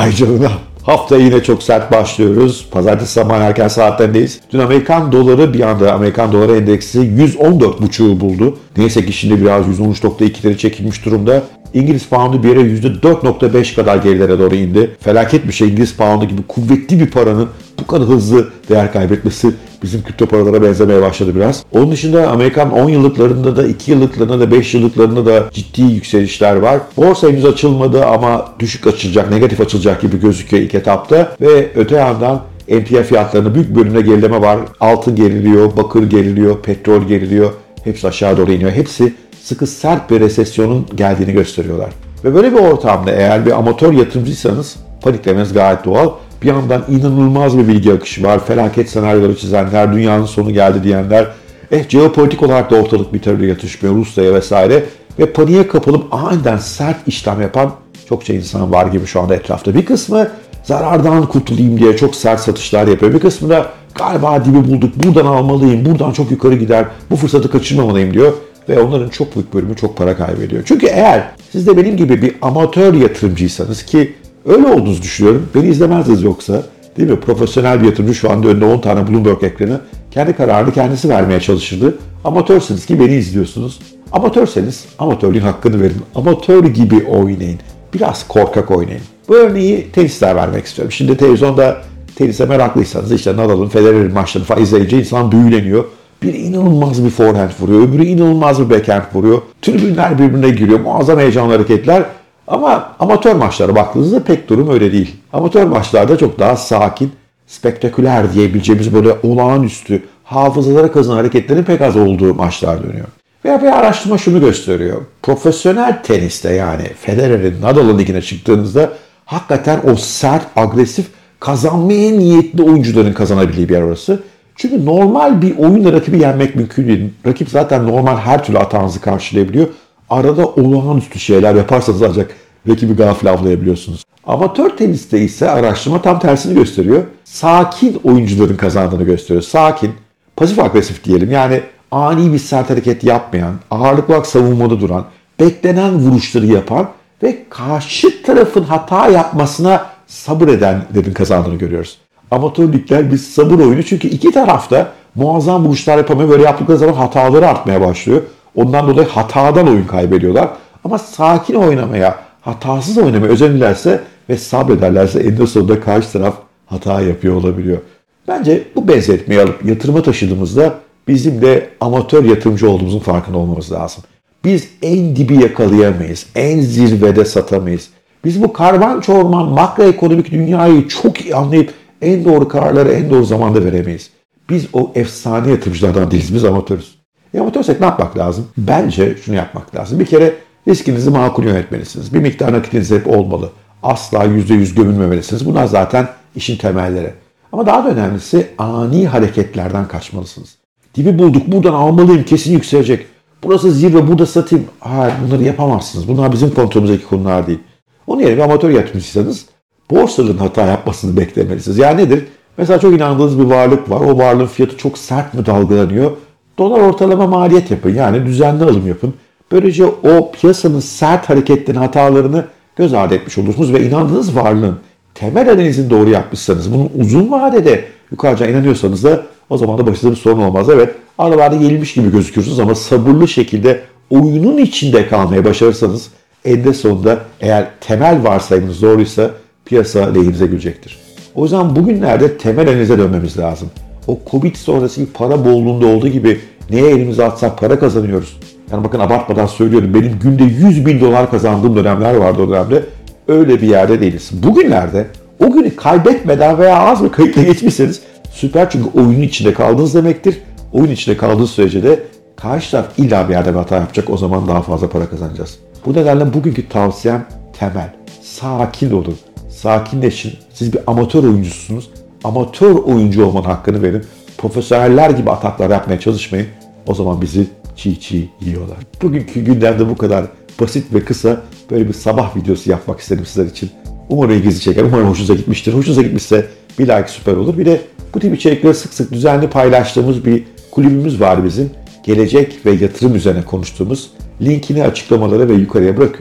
Vay canına. Haftaya yine çok sert başlıyoruz. Pazartesi sabahın erken saatlerindeyiz. Dün Amerikan doları bir anda Amerikan doları endeksi 114,5'u buldu. Neyse ki şimdi biraz 113,2'leri çekilmiş durumda. İngiliz poundu bir ara %4,5 kadar gerilere doğru indi. Felaket bir şey, İngiliz poundu gibi kuvvetli bir paranın bu kadar hızlı değer kaybetmesi bizim kripto paralara benzemeye başladı biraz. Onun dışında Amerikan 10 yıllıklarında da 2 yıllıklarında da 5 yıllıklarında da ciddi yükselişler var. Borsa henüz açılmadı ama düşük açılacak, negatif açılacak gibi gözüküyor ilk etapta. Ve öte yandan emtia fiyatlarında büyük bölümde gerileme var. Altın geriliyor, bakır geriliyor, petrol geriliyor. Hepsi aşağı doğru iniyor. Hepsi sıkı sert bir resesyonun geldiğini gösteriyorlar. Ve böyle bir ortamda eğer bir amatör yatırımcıysanız paniklemeniz gayet doğal. Bir yandan inanılmaz bir bilgi akışı var. Felaket senaryoları çizenler, dünyanın sonu geldi diyenler. Jeopolitik olarak da ortalık bir türlü yatışmıyor Rusya'ya vesaire. Ve paniğe kapılıp aniden sert işlem yapan çokça insan var gibi şu anda etrafta. Bir kısmı zarardan kurtulayım diye çok sert satışlar yapıyor. Bir kısmı da galiba dibi bulduk, buradan almalıyım, buradan çok yukarı gider, bu fırsatı kaçırmamalıyım diyor. Ve onların çok büyük bölümü çok para kaybediyor. Çünkü eğer siz de benim gibi bir amatör yatırımcıysanız ki öyle olduğunuzu düşünüyorum. Beni izlemezdiniz yoksa, değil mi? Profesyonel bir yatırımcı şu anda önünde 10 tane Bloomberg ekranı. Kendi kararını kendisi vermeye çalışırdı. Amatörsünüz ki beni izliyorsunuz. Amatörseniz amatörlüğün hakkını verin. Amatör gibi oynayın. Biraz korkak oynayın. Bu örneği tenisler vermek istiyorum. Şimdi televizyonda tenise meraklıysanız işte Nadal'ın, Federer'in maçlarını falan izleyince insan büyüleniyor. Biri inanılmaz bir forehand vuruyor, öbürü inanılmaz bir backhand vuruyor. Tribünler birbirine giriyor, muazzam heyecanlı hareketler. Ama amatör maçlara baktığınızda pek durum öyle değil. Amatör maçlarda çok daha sakin, spektaküler diyebileceğimiz böyle olağanüstü, hafızalara kazınan hareketlerin pek az olduğu maçlar dönüyor. Veya bir araştırma şunu gösteriyor. Profesyonel teniste yani Federer'in, Nadal'ın ligine çıktığınızda hakikaten o sert, agresif, kazanmaya niyetli oyuncuların kazanabildiği bir yer orası. Çünkü normal bir oyunla rakibi yenmek mümkün değil. Rakip zaten normal her türlü hatanızı karşılayabiliyor. Arada olağanüstü şeyler yaparsanız ancak rakibi gafil avlayabiliyorsunuz. Amatör teniste ise araştırma tam tersini gösteriyor. Sakin oyuncuların kazandığını gösteriyor. Sakin, pasif agresif diyelim. Yani ani bir sert hareket yapmayan, ağırlıklı olarak savunmada duran, beklenen vuruşları yapan ve karşı tarafın hata yapmasına sabır edenlerin kazandığını görüyoruz. Amatör ligler bir sabır oyunu çünkü iki tarafta muazzam vuruşlar yapamıyor. Böyle yaptıkları zaman hataları artmaya başlıyor. Ondan dolayı hatadan oyun kaybediyorlar. Ama sakin oynamaya, hatasız oynamaya özenirlerse ve sabrederlerse eninde sonunda karşı taraf hata yapıyor olabiliyor. Bence bu benzetmeyi alıp yatırıma taşıdığımızda bizim de amatör yatırımcı olduğumuzun farkında olmamız lazım. Biz en dibi yakalayamayız, en zirvede satamayız. Biz bu karman çorman makroekonomik dünyayı çok iyi anlayıp en doğru kararları en doğru zamanda veremeyiz. Biz o efsane yatırımcılardan değiliz, biz amatörüz. Amatörsek ne yapmak lazım? Bence şunu yapmak lazım. Bir kere riskinizi makul yönetmelisiniz. Bir miktar nakitiniz hep olmalı. Asla %100 gömülmemelisiniz. Bunlar zaten işin temelleri. Ama daha da önemlisi ani hareketlerden kaçmalısınız. Dibi bulduk, buradan almalıyım, kesin yükselecek. Burası zirve, burada satayım. Hayır, bunları yapamazsınız. Bunlar bizim kontrolümüzdeki konular değil. Onun yerine bir amatör yatırımcıysanız borsanın hata yapmasını beklemelisiniz. Yani nedir? Mesela çok inandığınız bir varlık var. O varlığın fiyatı çok sert mi dalgalanıyor? Dolar ortalama maliyet yapın. Yani düzenli alım yapın. Böylece o piyasanın sert hareketlerini, hatalarını göz ardı etmiş olursunuz ve inandığınız varlığın temel analizini doğru yapmışsanız, bunun uzun vadede yukarıca inanıyorsanız da o zaman da başınıza bir sorun olmaz. Evet, aralarda yenilmiş gibi gözüküyorsunuz ama sabırlı şekilde oyunun içinde kalmaya başarırsanız eninde sonunda eğer temel varsayımınız doğruysa piyasa lehinize gülecektir. O yüzden bugünlerde temel analize dönmemiz lazım. O Covid sonrası para bolluğunda olduğu gibi neye elimize atsak para kazanıyoruz. Yani bakın abartmadan söylüyorum, benim günde 100 bin dolar kazandığım dönemler vardı o dönemde. Öyle bir yerde değiliz. Bugünlerde o günü kaybetmeden veya az bir kayıpla geçmişseniz süper, çünkü oyunun içinde kaldığınız demektir. Oyun içinde kaldığınız sürece de karşı taraf illa bir yerde bir hata yapacak, o zaman daha fazla para kazanacağız. Bu nedenle bugünkü tavsiyem temel. Sakin olun, sakinleşin. Siz bir amatör oyuncusunuz. Amatör oyuncu olmanın hakkını verin. Profesyoneller gibi ataklar yapmaya çalışmayın. O zaman bizi çiğ çiğ yiyorlar. Bugünkü gündemde bu kadar basit ve kısa böyle bir sabah videosu yapmak istedim sizler için. Umarım ilginizi çeker. Umarım hoşunuza gitmiştir. Hoşunuza gitmişse bir like süper olur. Bir de bu tip içerikleri sık sık düzenli paylaştığımız bir kulübümüz var bizim. Gelecek ve yatırım üzerine konuştuğumuz. Linkini açıklamalara ve yukarıya bırakıyorum.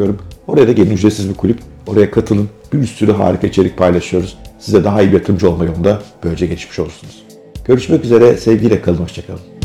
Oraya da gelin, ücretsiz bir kulüp. Oraya katılın. Bir sürü harika içerik paylaşıyoruz. Size daha iyi bir yatırımcı olma yolunda böylece geçmiş olursunuz. Görüşmek üzere. Sevgiyle kalın. Hoşçakalın.